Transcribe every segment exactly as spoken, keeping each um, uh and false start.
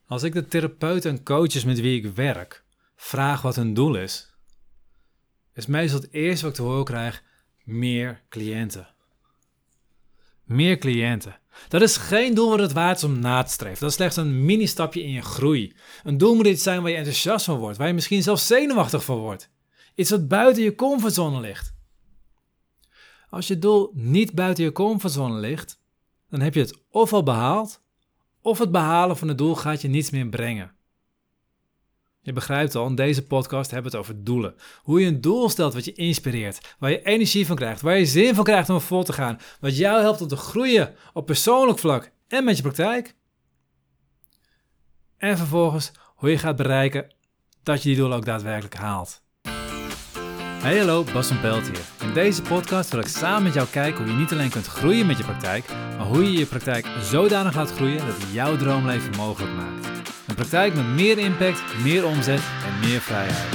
Als ik de therapeuten en coaches met wie ik werk vraag wat hun doel is, is meestal het eerste wat ik te horen krijg: meer cliënten. Meer cliënten. Dat is geen doel wat het waard is om na te streven. Dat is slechts een mini-stapje in je groei. Een doel moet iets zijn waar je enthousiast van wordt, waar je misschien zelfs zenuwachtig van wordt. Iets wat buiten je comfortzone ligt. Als je doel niet buiten je comfortzone ligt, dan heb je het of al behaald, of het behalen van het doel gaat je niets meer brengen. Je begrijpt al, in deze podcast hebben we het over doelen. Hoe je een doel stelt wat je inspireert, waar je energie van krijgt, waar je zin van krijgt om er vol te gaan, wat jou helpt om te groeien op persoonlijk vlak en met je praktijk. En vervolgens hoe je gaat bereiken dat je die doelen ook daadwerkelijk haalt. Hey hallo, Bas van Pelt hier. In deze podcast wil ik samen met jou kijken hoe je niet alleen kunt groeien met je praktijk, maar hoe je je praktijk zodanig laat groeien dat het jouw droomleven mogelijk maakt. Een praktijk met meer impact, meer omzet en meer vrijheid.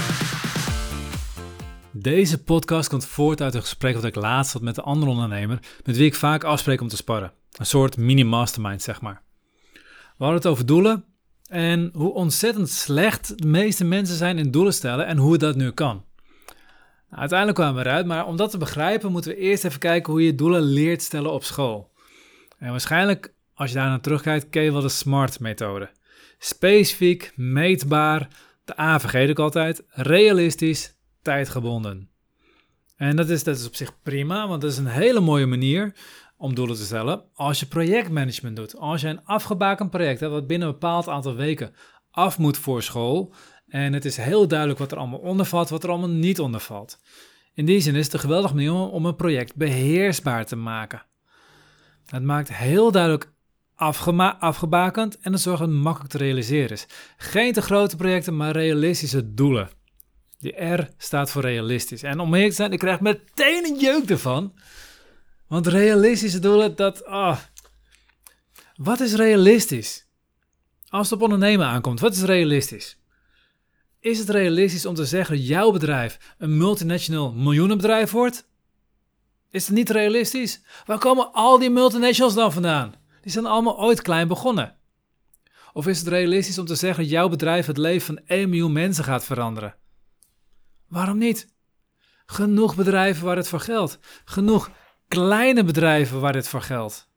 Deze podcast komt voort uit een gesprek dat ik laatst had met een andere ondernemer met wie ik vaak afspreek om te sparren. Een soort mini-mastermind, zeg maar. We hadden het over doelen en hoe ontzettend slecht de meeste mensen zijn in doelen stellen en hoe dat nu kan. Nou, uiteindelijk kwamen we eruit, maar om dat te begrijpen moeten we eerst even kijken hoe je doelen leert stellen op school. En waarschijnlijk, als je daar naar terugkijkt, ken je wel de SMART-methode. Specifiek, meetbaar, de A vergeet ik altijd, realistisch, tijdgebonden. En dat is, dat is op zich prima, want dat is een hele mooie manier om doelen te stellen als je projectmanagement doet. Als je een afgebakend project hebt wat binnen een bepaald aantal weken af moet voor school en het is heel duidelijk wat er allemaal onder valt, wat er allemaal niet onder valt. In die zin is het een geweldige manier om een project beheersbaar te maken. Het maakt heel duidelijk Afgema- afgebakend en het zorgt dat het makkelijk te realiseren is. Geen te grote projecten, maar realistische doelen. Die R staat voor realistisch. En om eerlijk te zijn, ik krijg meteen een jeuk ervan. Want realistische doelen, dat... Oh. Wat is realistisch? Als het op ondernemen aankomt, wat is realistisch? Is het realistisch om te zeggen dat jouw bedrijf een multinational miljoenenbedrijf wordt? Is het niet realistisch? Waar komen al die multinationals dan vandaan? Die zijn allemaal ooit klein begonnen. Of is het realistisch om te zeggen dat jouw bedrijf het leven van één miljoen mensen gaat veranderen? Waarom niet? Genoeg bedrijven waar het voor geldt. Genoeg kleine bedrijven waar dit voor geldt.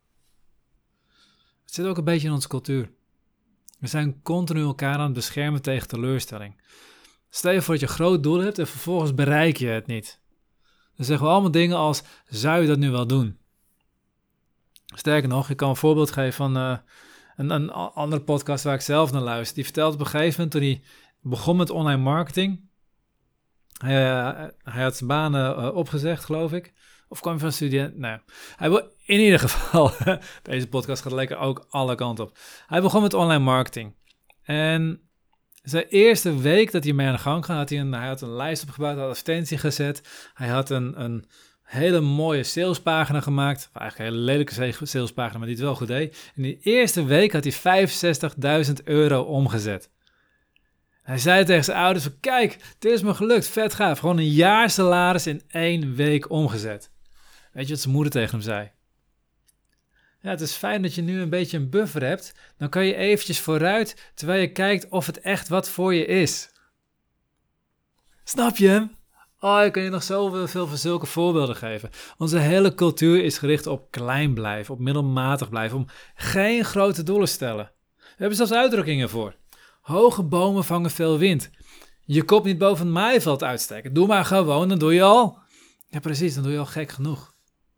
Het zit ook een beetje in onze cultuur. We zijn continu elkaar aan het beschermen tegen teleurstelling. Stel je voor dat je een groot doel hebt en vervolgens bereik je het niet. Dan zeggen we allemaal dingen als, zou je dat nu wel doen? Sterker nog, ik kan een voorbeeld geven van uh, een, een andere podcast waar ik zelf naar luister. Die vertelde op een gegeven moment toen hij begon met online marketing. Hij, uh, hij had zijn baan uh, opgezegd, geloof ik. Of kwam hij van studie? Nee. Hij wil, in ieder geval, deze podcast gaat lekker ook alle kanten op. Hij begon met online marketing. En zijn eerste week dat hij mee aan de gang ging, had hij een, hij had een lijst opgebouwd, had advertentie gezet. Hij had een... een hele mooie salespagina gemaakt. Eigenlijk een hele lelijke salespagina, maar die het wel goed deed. In die eerste week had hij vijfenzestigduizend euro omgezet. Hij zei tegen zijn ouders van, kijk, dit is me gelukt, vet gaaf. Gewoon een jaar salaris in één week omgezet. Weet je wat zijn moeder tegen hem zei? Ja, het is fijn dat je nu een beetje een buffer hebt. Dan kan je eventjes vooruit, terwijl je kijkt of het echt wat voor je is. Snap je hem? Oh, ik kan je nog zoveel veel van zulke voorbeelden geven. Onze hele cultuur is gericht op klein blijven, op middelmatig blijven, om geen grote doelen te stellen. We hebben zelfs uitdrukkingen voor. Hoge bomen vangen veel wind. Je kop niet boven het maaiveld uitsteken. Doe maar gewoon, dan doe je al. Ja, precies, dan doe je al gek genoeg.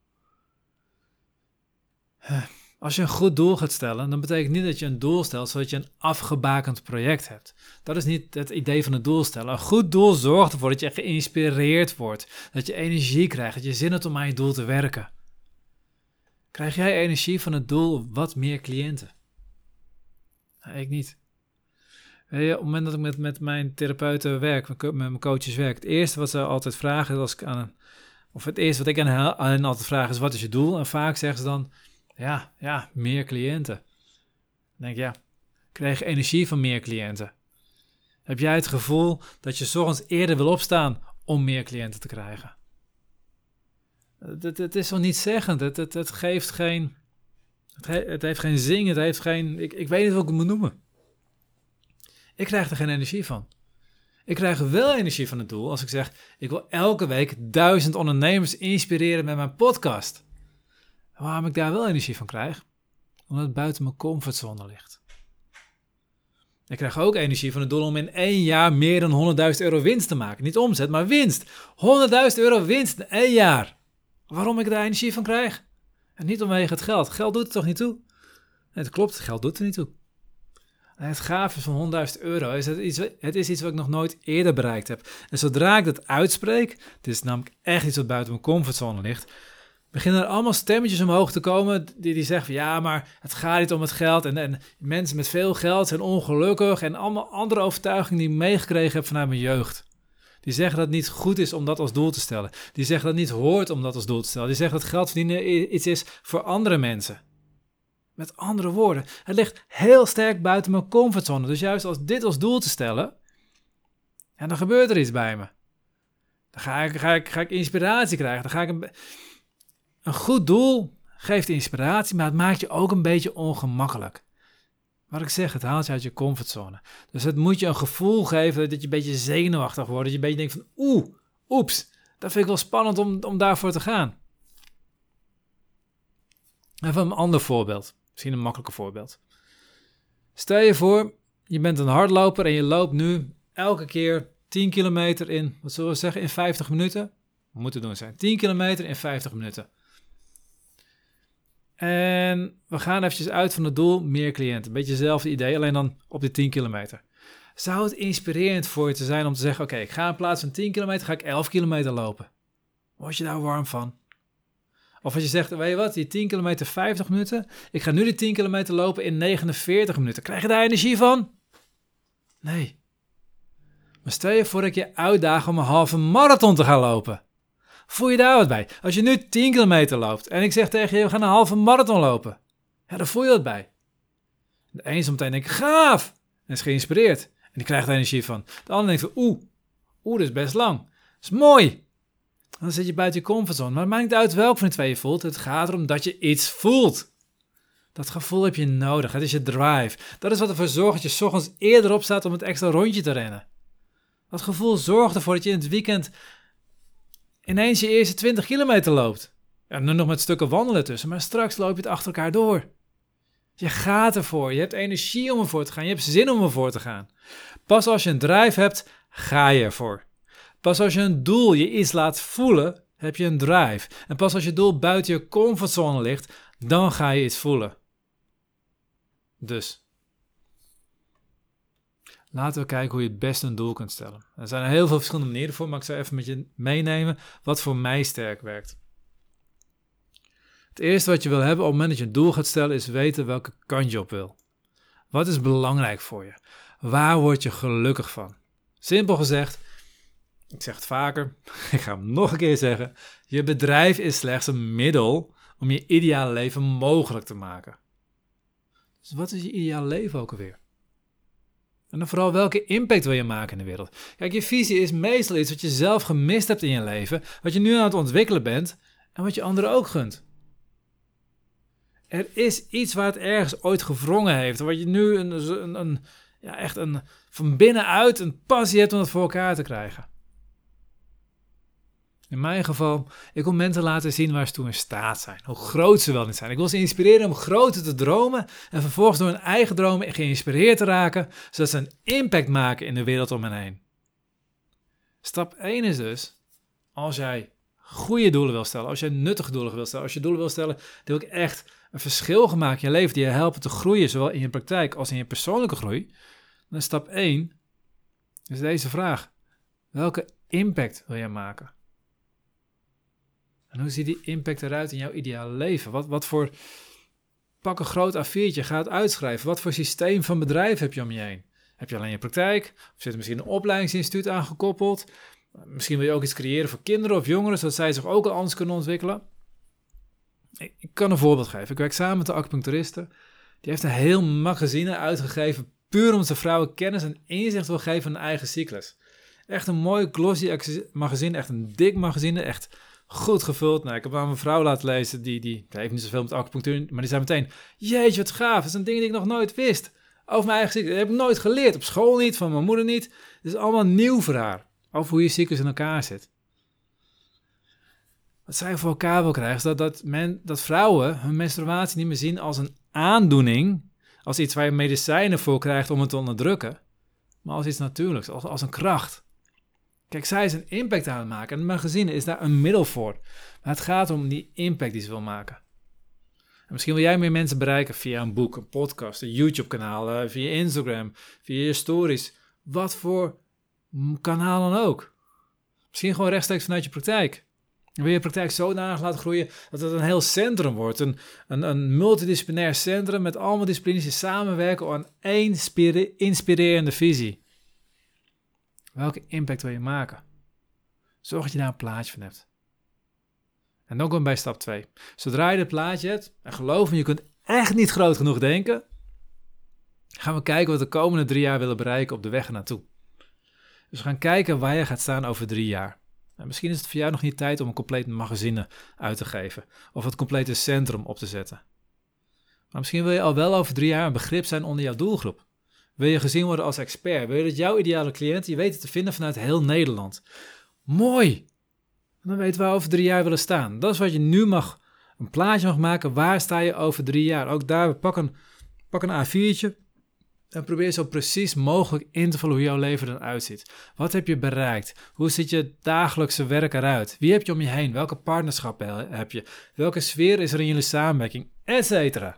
Als je een goed doel gaat stellen, dan betekent niet dat je een doel stelt zodat je een afgebakend project hebt. Dat is niet het idee van het doel stellen. Een goed doel zorgt ervoor dat je geïnspireerd wordt, dat je energie krijgt, dat je zin hebt om aan je doel te werken. Krijg jij energie van het doel wat meer cliënten? Nou, ik niet. Weet je, op het moment dat ik met, met mijn therapeuten werk, met mijn coaches werk, het eerste wat ze altijd vragen, als ik aan een, of het eerste wat ik aan hen altijd vraag is, wat is je doel? En vaak zeggen ze dan, Ja, ja, meer cliënten. Dan denk ik, ja, krijg je energie van meer cliënten? Heb jij het gevoel dat je 's ochtends eerder wil opstaan om meer cliënten te krijgen? Het, het, het is wel niet zeggend. Het, het, het geeft geen... Het, he, het heeft geen zing, het heeft geen... Ik, ik weet niet wat ik het moet noemen. Ik krijg er geen energie van. Ik krijg wel energie van het doel als ik zeg, ik wil elke week duizend ondernemers inspireren met mijn podcast. Waarom ik daar wel energie van krijg? Omdat het buiten mijn comfortzone ligt. Ik krijg ook energie van het doel om in één jaar meer dan honderdduizend euro winst te maken. Niet omzet, maar winst. honderdduizend euro winst in één jaar. Waarom ik daar energie van krijg? En niet omwege het geld. Geld doet er toch niet toe? Nee, het klopt, geld doet er niet toe. Het gaaf is van honderdduizend euro. Is het, iets, het is iets wat ik nog nooit eerder bereikt heb. En zodra ik dat uitspreek, het is namelijk echt iets wat buiten mijn comfortzone ligt, beginnen er allemaal stemmetjes omhoog te komen die, die zeggen van ja, maar het gaat niet om het geld. En, en mensen met veel geld zijn ongelukkig. En allemaal andere overtuigingen die ik meegekregen heb vanuit mijn jeugd. Die zeggen dat het niet goed is om dat als doel te stellen. Die zeggen dat het niet hoort om dat als doel te stellen. Die zeggen dat geld verdienen iets is voor andere mensen. Met andere woorden, het ligt heel sterk buiten mijn comfortzone. Dus juist als dit als doel te stellen, ja, dan gebeurt er iets bij me. Dan ga ik, ga ik, ga ik inspiratie krijgen. Dan ga ik een, een goed doel geeft inspiratie, maar het maakt je ook een beetje ongemakkelijk. Wat ik zeg, het haalt je uit je comfortzone. Dus het moet je een gevoel geven dat je een beetje zenuwachtig wordt. Dat je een beetje denkt van oeh, oeps, dat vind ik wel spannend om, om daarvoor te gaan. Even een ander voorbeeld. Misschien een makkelijker voorbeeld. Stel je voor, je bent een hardloper en je loopt nu elke keer tien kilometer in, wat zullen we zeggen, in vijftig minuten? Moet te doen zijn. tien kilometer in vijftig minuten. En we gaan eventjes uit van het doel, meer cliënten. Een beetje hetzelfde idee, alleen dan op die tien kilometer. Zou het inspirerend voor je te zijn om te zeggen, oké, okay, ik ga in plaats van tien kilometer, ga ik elf kilometer lopen. Word je daar warm van? Of als je zegt, weet je wat, die tien kilometer vijftig minuten, ik ga nu die tien kilometer lopen in negenenveertig minuten. Krijg je daar energie van? Nee. Maar stel je voor dat ik je uitdaag om een halve marathon te gaan lopen. Voel je daar wat bij? Als je nu tien kilometer loopt en ik zeg tegen je, we gaan een halve marathon lopen. Ja, dan voel je wat bij. De een is meteen denk ik, gaaf. En is geïnspireerd. En die krijgt er energie van. De ander denkt van, oeh, oeh, dat is best lang. Dat is mooi. Dan zit je buiten je comfortzone. Maar het maakt niet uit welk van de twee je voelt. Het gaat erom dat je iets voelt. Dat gevoel heb je nodig. Het is je drive. Dat is wat ervoor zorgt dat je 's ochtends eerder opstaat om het extra rondje te rennen. Dat gevoel zorgt ervoor dat je in het weekend ineens je eerste twintig kilometer loopt. Ja, nu nog met stukken wandelen tussen, maar straks loop je het achter elkaar door. Je gaat ervoor. Je hebt energie om ervoor te gaan. Je hebt zin om ervoor te gaan. Pas als je een drive hebt, ga je ervoor. Pas als je een doel je iets laat voelen, heb je een drive. En pas als je doel buiten je comfortzone ligt, dan ga je iets voelen. Dus, laten we kijken hoe je het beste een doel kunt stellen. Er zijn heel veel verschillende manieren voor, maar ik zal even met je meenemen wat voor mij sterk werkt. Het eerste wat je wil hebben op het moment dat je een doel gaat stellen, is weten welke kant je op wil. Wat is belangrijk voor je? Waar word je gelukkig van? Simpel gezegd, ik zeg het vaker, ik ga hem nog een keer zeggen. Je bedrijf is slechts een middel om je ideale leven mogelijk te maken. Dus wat is je ideale leven ook alweer? En dan vooral welke impact wil je maken in de wereld? Kijk, je visie is meestal iets wat je zelf gemist hebt in je leven, wat je nu aan het ontwikkelen bent en wat je anderen ook gunt. Er is iets waar het ergens ooit gewrongen heeft, waar je nu een, een, een, ja, echt een, van binnenuit een passie hebt om het voor elkaar te krijgen. In mijn geval, ik wil mensen laten zien waar ze toe in staat zijn. Hoe groot ze wel niet zijn. Ik wil ze inspireren om groter te dromen en vervolgens door hun eigen dromen geïnspireerd te raken, zodat ze een impact maken in de wereld om hen heen. Stap één is dus, als jij goede doelen wil stellen, als jij nuttige doelen wil stellen, als je doelen wil stellen die ook echt een verschil gaan maken in je leven, die je helpen te groeien, zowel in je praktijk als in je persoonlijke groei, dan is stap één is deze vraag. Welke impact wil jij maken? En hoe ziet die impact eruit in jouw ideale leven? Wat, wat voor, pak een groot A viertje, ga het uitschrijven. Wat voor systeem van bedrijf heb je om je heen? Heb je alleen je praktijk? Of zit er misschien een opleidingsinstituut aangekoppeld? Misschien wil je ook iets creëren voor kinderen of jongeren, zodat zij zich ook al anders kunnen ontwikkelen. Ik, ik kan een voorbeeld geven. Ik werk samen met de acupuncturiste. Die heeft een heel magazine uitgegeven, puur omdat ze vrouwen kennis en inzicht wil geven van hun eigen cyclus. Echt een mooi glossy magazine, echt een dik magazine, echt goed gevuld. Nou, ik heb aan mijn vrouw laten lezen, die, die, die heeft niet zoveel met acupunctuur, maar die zei meteen, jeetje wat gaaf, dat zijn dingen die ik nog nooit wist. over mijn eigen ziekte. Dat heb ik nooit geleerd, op school niet, van mijn moeder niet. Het is allemaal nieuw voor haar, over hoe je cyclus in elkaar zit. Wat zij voor elkaar wil krijgen, is dat, dat, men, dat vrouwen hun menstruatie niet meer zien als een aandoening, als iets waar je medicijnen voor krijgt om het te onderdrukken, maar als iets natuurlijks, als, als een kracht. Kijk, zij is een impact aan het maken en magazine is daar een middel voor. Maar het gaat om die impact die ze wil maken. En misschien wil jij meer mensen bereiken via een boek, een podcast, een YouTube-kanaal, via Instagram, via je stories. Wat voor kanaal dan ook. Misschien gewoon rechtstreeks vanuit je praktijk. En wil je praktijk zodanig laten groeien dat het een heel centrum wordt. Een, een, een multidisciplinair centrum met allemaal disciplines die samenwerken aan één spire- inspirerende visie. Welke impact wil je maken? Zorg dat je daar een plaatje van hebt. En dan kom je bij stap twee. Zodra je dit plaatje hebt, en geloof me, je kunt echt niet groot genoeg denken, gaan we kijken wat we de komende drie jaar willen bereiken op de weg ernaartoe. Dus we gaan kijken waar je gaat staan over drie jaar. En misschien is het voor jou nog niet tijd om een compleet magazine uit te geven, of het complete centrum op te zetten. Maar misschien wil je al wel over drie jaar een begrip zijn onder jouw doelgroep. Wil je gezien worden als expert? Wil je dat jouw ideale cliënt je weet te vinden vanuit heel Nederland? Mooi! Dan weten we waar we over drie jaar willen staan. Dat is wat je nu mag, een plaatje mag maken. Waar sta je over drie jaar? Ook daar, pak een, pak een A viertje en probeer zo precies mogelijk in te vullen hoe jouw leven eruit ziet. Wat heb je bereikt? Hoe ziet je dagelijkse werk eruit? Wie heb je om je heen? Welke partnerschappen heb je? Welke sfeer is er in jullie samenwerking? Etcetera.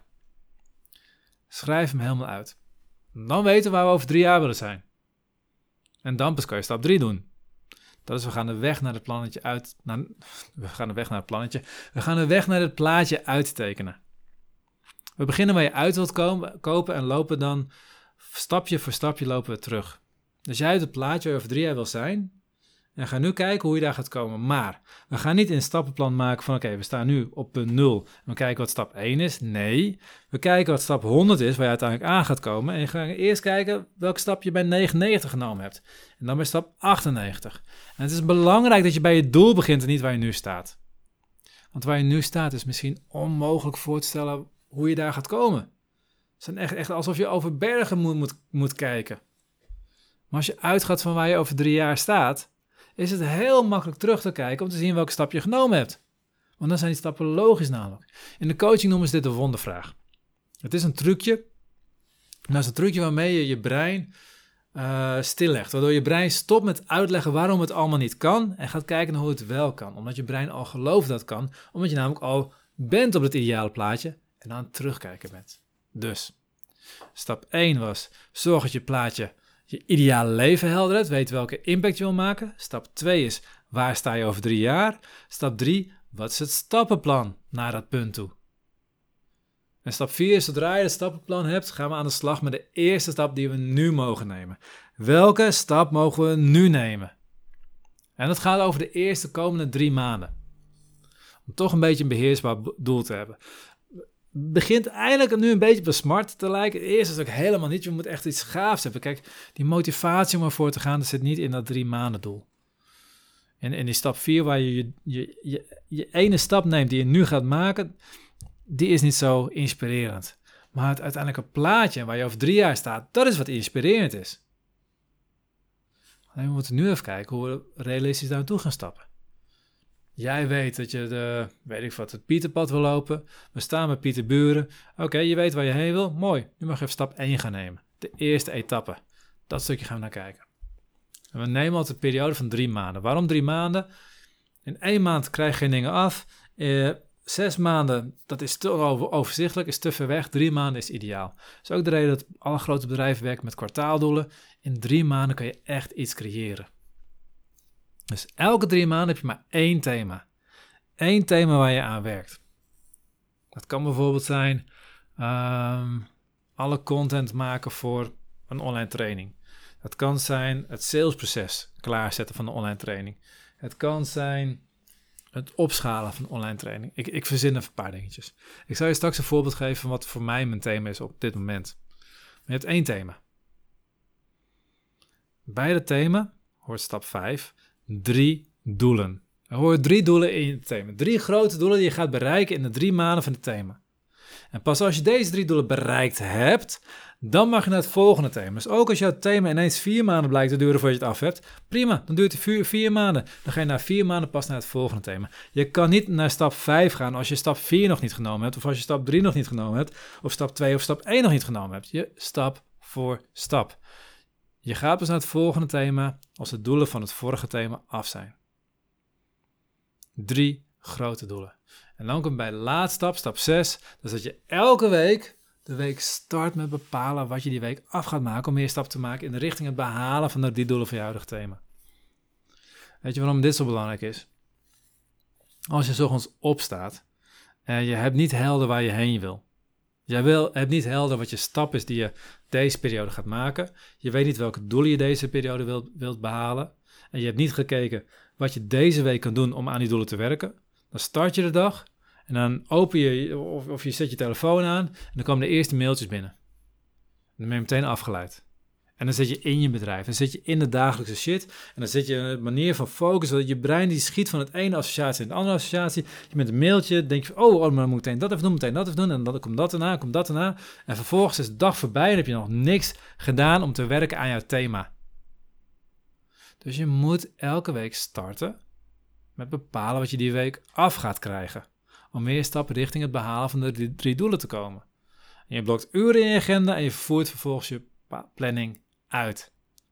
Schrijf hem helemaal uit. Dan weten we waar we over drie jaar willen zijn. En dan pas kan je stap drie doen. Dat is, we gaan de weg naar het plannetje uit... Naar, we gaan de weg naar het plannetje. We gaan de weg naar het plaatje uittekenen. We beginnen waar je uit wilt komen, kopen en lopen dan stapje voor stapje lopen we terug. Dus jij hebt het plaatje waar je over drie jaar wil zijn. En ga nu kijken hoe je daar gaat komen. Maar we gaan niet een stappenplan maken van oké, okay, we staan nu op punt nul. En we kijken wat stap één is. Nee, we kijken wat stap honderd is, waar je uiteindelijk aan gaat komen. En je gaat eerst kijken welke stap je bij negenennegentig genomen hebt. En dan bij stap achtennegentig. En het is belangrijk dat je bij je doel begint en niet waar je nu staat. Want waar je nu staat is misschien onmogelijk voor te stellen hoe je daar gaat komen. Het is echt, echt alsof je over bergen moet, moet, moet kijken. Maar als je uitgaat van waar je over drie jaar staat, is het heel makkelijk terug te kijken om te zien welke stap je genomen hebt. Want dan zijn die stappen logisch namelijk. In de coaching noemen ze dit de wondervraag. Het is een trucje. Nou, is een trucje waarmee je je brein uh, stillegt. Waardoor je brein stopt met uitleggen waarom het allemaal niet kan en gaat kijken naar hoe het wel kan. Omdat je brein al gelooft dat het kan. Omdat je namelijk al bent op het ideale plaatje en aan het terugkijken bent. Dus, stap één was, zorg dat je plaatje je ideale leven helder hebt, weet welke impact je wil maken. Stap twee is, waar sta je over drie jaar? Stap drie, wat is het stappenplan naar dat punt toe? En stap vier is, zodra je het stappenplan hebt, gaan we aan de slag met de eerste stap die we nu mogen nemen. Welke stap mogen we nu nemen? En dat gaat over de eerste komende drie maanden. Om toch een beetje een beheersbaar doel te hebben. Begint eigenlijk nu een beetje op de smart te lijken. Eerst is het ook helemaal niet. Je moet echt iets gaafs hebben. Kijk, die motivatie om ervoor te gaan, dat zit niet in dat drie maanden doel. En in die stap vier, waar je je, je je je ene stap neemt die je nu gaat maken, die is niet zo inspirerend. Maar het uiteindelijke plaatje waar je over drie jaar staat, dat is wat inspirerend is. Alleen we moeten nu even kijken hoe we realistisch daar naartoe gaan stappen. Jij weet dat je de, weet ik wat, het Pieterpad wil lopen. We staan met Pieter Buren. Oké, okay, je weet waar je heen wil. Mooi, nu mag je even stap één gaan nemen. De eerste etappe. Dat stukje gaan we naar kijken. En we nemen altijd een periode van drie maanden. Waarom drie maanden? In één maand krijg je geen dingen af. Eh, zes maanden, dat is te overzichtelijk, is te ver weg. Drie maanden is ideaal. Dat is ook de reden dat alle grote bedrijven werken met kwartaaldoelen. In drie maanden kan je echt iets creëren. Dus elke drie maanden heb je maar één thema. Eén thema waar je aan werkt. Dat kan bijvoorbeeld zijn um, alle content maken voor een online training. Het kan zijn het salesproces klaarzetten van een online training. Het kan zijn het opschalen van een online training. Ik, ik verzin even een paar dingetjes. Ik zal je straks een voorbeeld geven van wat voor mij mijn thema is op dit moment. Maar je hebt één thema. Bij het thema hoort stap vijf... Drie doelen. Er horen drie doelen in het thema. Drie grote doelen die je gaat bereiken in de drie maanden van het thema. En pas als je deze drie doelen bereikt hebt, dan mag je naar het volgende thema. Dus ook als jouw thema ineens vier maanden blijkt te duren voordat je het af hebt, prima, dan duurt het vier, vier maanden. Dan ga je na vier maanden pas naar het volgende thema. Je kan niet naar stap vijf gaan als je stap vier nog niet genomen hebt, of als je stap drie nog niet genomen hebt, of stap twee of stap één nog niet genomen hebt. Je stap voor stap. Je gaat dus naar het volgende thema als de doelen van het vorige thema af zijn. Drie grote doelen. En dan komt bij de laatste stap, stap zes, dus dat je elke week de week start met bepalen wat je die week af gaat maken om meer stap te maken in de richting het behalen van de die doelen van je huidige thema. Weet je waarom dit zo belangrijk is? Als je 's ochtends opstaat en je hebt niet helder waar je heen wil. Jij wil, hebt niet helder wat je stap is die je deze periode gaat maken. Je weet niet welke doelen je deze periode wilt, wilt behalen. En je hebt niet gekeken wat je deze week kan doen om aan die doelen te werken. Dan start je de dag en dan open je of, of je zet je telefoon aan en dan komen de eerste mailtjes binnen. En dan ben je meteen afgeleid. En dan zit je in je bedrijf, dan zit je in de dagelijkse shit. En dan zit je in een manier van focus, dat je brein die schiet van het ene associatie naar de andere associatie. Je met een mailtje, denk je van, oh, oh, maar dan moet ik meteen dat even doen, meteen dat even doen. En dan komt dat erna, komt dat erna. En vervolgens is de dag voorbij en heb je nog niks gedaan om te werken aan jouw thema. Dus je moet elke week starten met bepalen wat je die week af gaat krijgen. Om meer stappen richting het behalen van de drie doelen te komen. En je blokt uren in je agenda en je voert vervolgens je planning uit.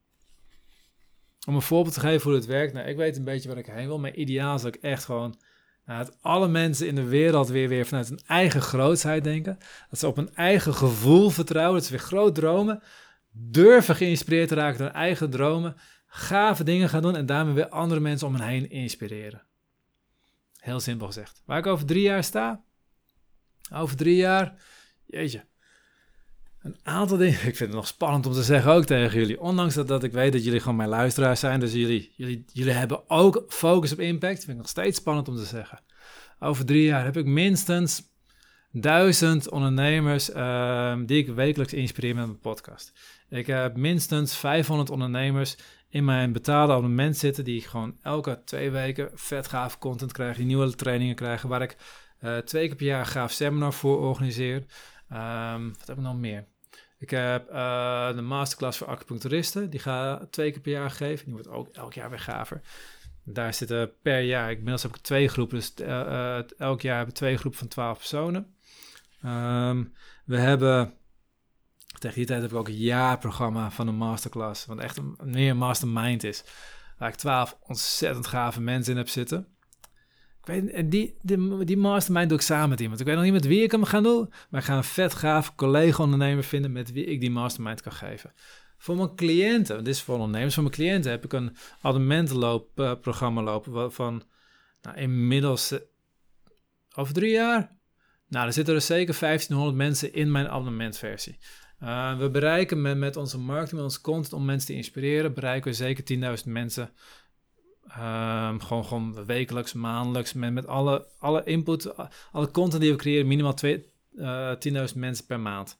Om een voorbeeld te geven hoe het werkt. Nou, ik weet een beetje waar ik heen wil. Maar ideaal is dat ik echt gewoon nou, dat alle mensen in de wereld weer, weer vanuit hun eigen grootsheid denken. Dat ze op hun eigen gevoel vertrouwen. Dat ze weer groot dromen. Durven geïnspireerd te raken door hun eigen dromen. Gave dingen gaan doen en daarmee weer andere mensen om hen heen inspireren. Heel simpel gezegd. Waar ik over drie jaar sta? Over drie jaar, jeetje. Een aantal dingen, ik vind het nog spannend om te zeggen ook tegen jullie. Ondanks dat, dat ik weet dat jullie gewoon mijn luisteraars zijn. Dus jullie, jullie, jullie hebben ook focus op impact. Vind ik nog steeds spannend om te zeggen. Over drie jaar heb ik minstens duizend ondernemers uh, die ik wekelijks inspireer met mijn podcast. Ik heb minstens vijfhonderd ondernemers in mijn betaalde abonnement zitten die gewoon elke twee weken vet gaaf content krijgen, die nieuwe trainingen krijgen, waar ik uh, twee keer per jaar een gaaf seminar voor organiseer. Um, wat heb ik nog meer? Ik heb uh, de masterclass voor acupuncturisten, die ga twee keer per jaar geven. Die wordt ook elk jaar weer gaver. Daar zitten per jaar, inmiddels heb ik twee groepen, dus uh, uh, elk jaar hebben we twee groepen van twaalf personen. Um, we hebben, tegen die tijd heb ik ook een jaarprogramma van een masterclass, wat echt een, meer een mastermind is, waar ik twaalf ontzettend gave mensen in heb zitten. Ik weet, en die, die, die mastermind doe ik samen met iemand. Ik weet nog niet met wie ik hem ga doen, maar ik ga een vet gaaf collega-ondernemer vinden met wie ik die mastermind kan geven. Voor mijn cliënten, dit is voor ondernemers, voor mijn cliënten heb ik een abonnementenloopprogramma uh, lopen van nou, inmiddels uh, over drie jaar. Nou, er zitten er zeker vijftienhonderd mensen in mijn abonnementversie. Uh, we bereiken met, met onze marketing, met onze content om mensen te inspireren, bereiken we zeker tienduizend mensen. Um, gewoon, gewoon wekelijks, maandelijks, met, met alle, alle input, alle content die we creëren, minimaal uh, tienduizend mensen per maand.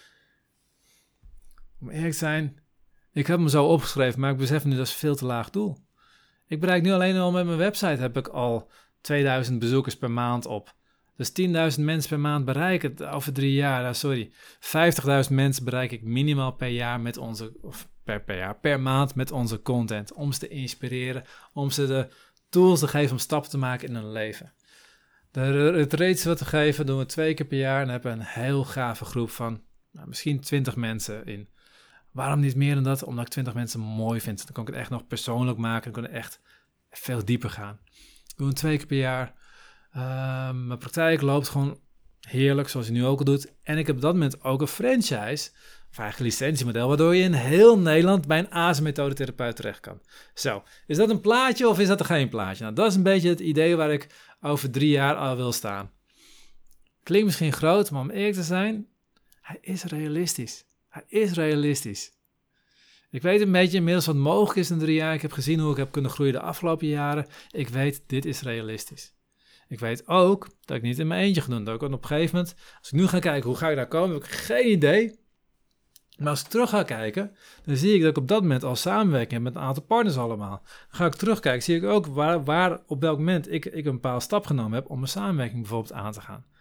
Om eerlijk te zijn, ik heb hem zo opgeschreven, maar ik besef nu dat is veel te laag doel. Ik bereik nu alleen al met mijn website, heb ik al tweeduizend bezoekers per maand op. Dus tienduizend mensen per maand bereiken over drie jaar, nou, sorry, vijftigduizend mensen bereik ik minimaal per jaar met onze, of per, per jaar, per maand met onze content. Om ze te inspireren, om ze de tools te geven om stappen te maken in hun leven. De retreats wat we geven doen we twee keer per jaar en hebben een heel gave groep van nou, misschien twintig mensen in. Waarom niet meer dan dat? Omdat ik twintig mensen mooi vind. Dan kan ik het echt nog persoonlijk maken, dan kan ik echt veel dieper gaan. We doen twee keer per jaar. Uh, mijn praktijk loopt gewoon heerlijk, zoals je nu ook al doet. En ik heb op dat moment ook een franchise, of eigenlijk een licentiemodel, waardoor je in heel Nederland bij een A S M-methodetherapeut terecht kan. Zo, is dat een plaatje of is dat er geen plaatje? Nou, dat is een beetje het idee waar ik over drie jaar al wil staan. Klinkt misschien groot, maar om eerlijk te zijn, hij is realistisch. Hij is realistisch. Ik weet een beetje inmiddels wat mogelijk is in drie jaar. Ik heb gezien hoe ik heb kunnen groeien de afgelopen jaren. Ik weet, dit is realistisch. Ik weet ook dat ik niet in mijn eentje ga doen. Dat ik op een gegeven moment, als ik nu ga kijken hoe ga ik daar komen, heb ik geen idee. Maar als ik terug ga kijken, dan zie ik dat ik op dat moment al samenwerking heb met een aantal partners allemaal. Dan ga ik terugkijken, zie ik ook waar, waar op welk moment ik, ik een bepaalde stap genomen heb om mijn samenwerking bijvoorbeeld aan te gaan.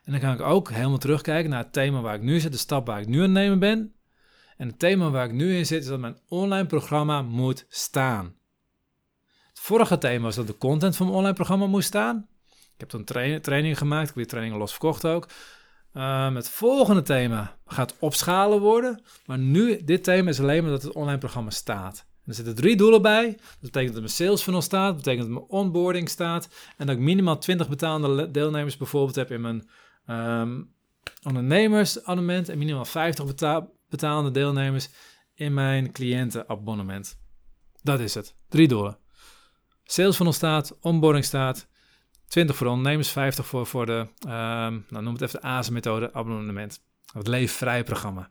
En dan kan ik ook helemaal terugkijken naar het thema waar ik nu zit, de stap waar ik nu aan het nemen ben. En het thema waar ik nu in zit is dat mijn online programma moet staan. Het vorige thema was dat de content van mijn online programma moest staan. Ik heb toen tra- training gemaakt, ik heb die trainingen los verkocht ook. Um, het volgende thema gaat opschalen worden. Maar nu, dit thema is alleen maar dat het online programma staat. En er zitten drie doelen bij. Dat betekent dat mijn sales funnel staat. Dat betekent dat mijn onboarding staat. En dat ik minimaal twintig betalende deelnemers bijvoorbeeld heb in mijn um, ondernemersabonnement. En minimaal vijftig beta- betalende deelnemers in mijn cliëntenabonnement. Dat is het. Drie doelen. Sales funnel staat, onboarding staat. twintig voor de ondernemers, vijftig voor, voor de, um, nou noem het even de A S M-methode abonnement. Het leefvrij programma.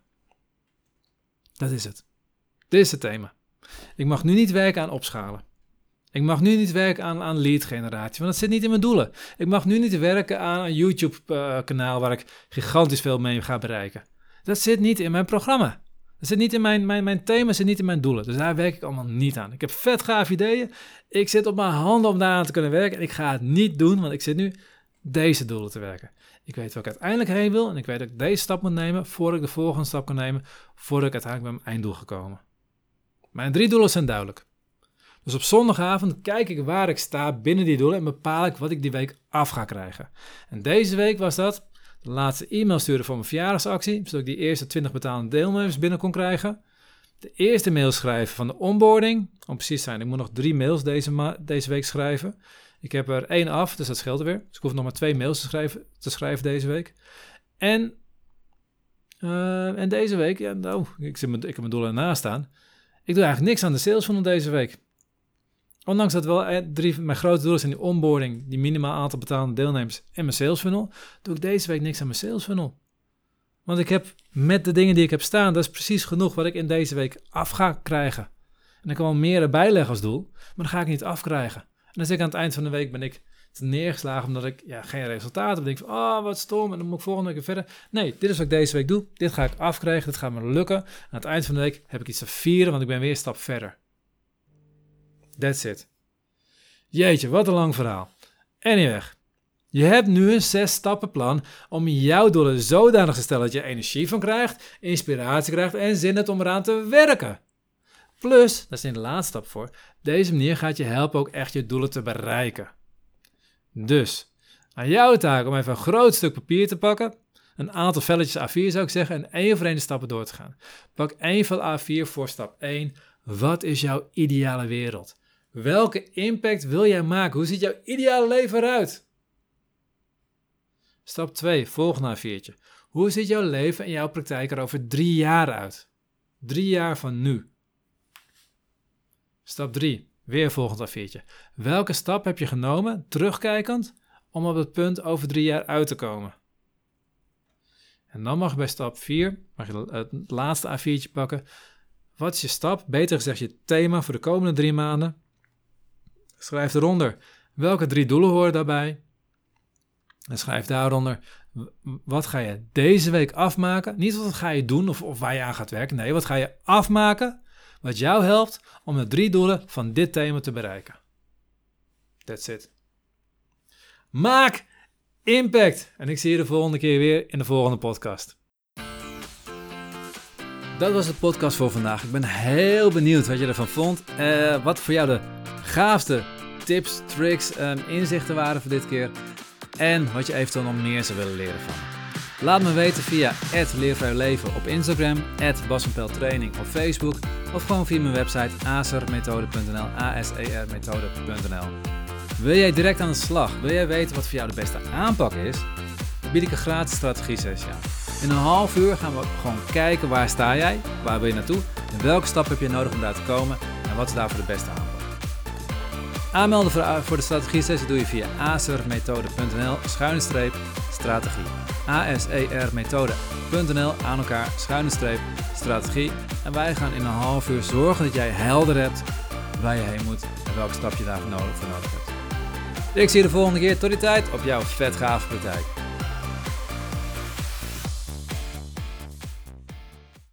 Dat is het. Dit is het thema. Ik mag nu niet werken aan opschalen. Ik mag nu niet werken aan, aan lead generatie, want dat zit niet in mijn doelen. Ik mag nu niet werken aan een YouTube uh, kanaal waar ik gigantisch veel mee ga bereiken. Dat zit niet in mijn programma. Dat zit niet in mijn, mijn, mijn thema, zit niet in mijn doelen. Dus daar werk ik allemaal niet aan. Ik heb vet gaaf ideeën. Ik zit op mijn handen om daaraan te kunnen werken. En ik ga het niet doen, want ik zit nu deze doelen te werken. Ik weet waar ik uiteindelijk heen wil. En ik weet dat ik deze stap moet nemen voordat ik de volgende stap kan nemen. Voordat ik uiteindelijk bij mijn einddoel gekomen. Mijn drie doelen zijn duidelijk. Dus op zondagavond kijk ik waar ik sta binnen die doelen. En bepaal ik wat ik die week af ga krijgen. En deze week was dat de laatste e-mail sturen voor mijn verjaardagsactie, zodat ik die eerste twintig betalende deelnemers binnen kon krijgen. De eerste mail schrijven van de onboarding. Om precies te zijn, ik moet nog drie mails deze, ma- deze week schrijven. Ik heb er één af, dus dat scheelt er weer. Dus ik hoef nog maar twee mails te schrijven, te schrijven deze week. En, uh, en deze week, ja, nou, ik, zit mijn, ik heb mijn doelen ernaast staan. Ik doe eigenlijk niks aan de sales funnel deze week. Ondanks dat wel eh, drie mijn grote doelen zijn die onboarding, die minimaal aantal betalende deelnemers en mijn sales funnel, doe ik deze week niks aan mijn sales funnel. Want ik heb met de dingen die ik heb staan, dat is precies genoeg wat ik in deze week af ga krijgen. En ik kan wel meer erbij leggen als doel, maar dan ga ik niet afkrijgen. En dan zit ik aan het eind van de week ben ik te neergeslagen omdat ik ja, geen resultaten heb. Dan denk ik van, oh wat stom, en dan moet ik volgende week weer verder. Nee, dit is wat ik deze week doe. Dit ga ik afkrijgen, dit gaat me lukken. En aan het eind van de week heb ik iets te vieren, want ik ben weer een stap verder. That's it. Jeetje, wat een lang verhaal. Anyway, je hebt nu een zes stappenplan om jouw doelen zodanig te stellen dat je energie van krijgt, inspiratie krijgt en zin hebt om eraan te werken. Plus, dat is in de laatste stap voor, deze manier gaat je helpen ook echt je doelen te bereiken. Dus, aan jouw taak om even een groot stuk papier te pakken, een aantal velletjes A vier zou ik zeggen, en één voor één de stappen door te gaan. Pak één vel A vier voor stap één. Wat is jouw ideale wereld? Welke impact wil jij maken? Hoe ziet jouw ideale leven eruit? Stap twee, volgende A viertje. Hoe ziet jouw leven en jouw praktijk er over drie jaar uit? Drie jaar van nu. Stap drie, weer volgend A viertje. Welke stap heb je genomen, terugkijkend, om op het punt over drie jaar uit te komen? En dan mag je bij stap vier, mag je het laatste A viertje pakken. Wat is je stap, beter gezegd je thema voor de komende drie maanden? Schrijf eronder welke drie doelen horen daarbij. En schrijf daaronder wat ga je deze week afmaken. Niet wat ga je doen of, of waar je aan gaat werken. Nee, wat ga je afmaken wat jou helpt om de drie doelen van dit thema te bereiken. That's it. Maak impact. En ik zie je de volgende keer weer in de volgende podcast. Dat was de podcast voor vandaag. Ik ben heel benieuwd wat je ervan vond. Uh, wat voor jou de gaafste tips, tricks, um, inzichten waren voor dit keer. En wat je eventueel nog meer zou willen leren van me. Laat me weten via at leervrijleven op Instagram, at Bas van Pelt Training op Facebook of gewoon via mijn website asermethode punt n l, a s e r methode punt n l. Wil jij direct aan de slag? Wil jij weten wat voor jou de beste aanpak is? Dan bied ik een gratis strategie-sessie aan. In een half uur gaan we gewoon kijken waar sta jij, waar wil je naartoe en welke stap heb je nodig om daar te komen en wat is daarvoor de beste aanpak. Aanmelden voor de strategie-sessie doe je via asermethode punt n l schuine streep strategie. a s e r methode punt n l aan elkaar schuine streep strategie. En wij gaan in een half uur zorgen dat jij helder hebt waar je heen moet en welke stap je daarvoor nodig, voor nodig hebt. Ik zie je de volgende keer. Tot die tijd op jouw vet gave praktijk.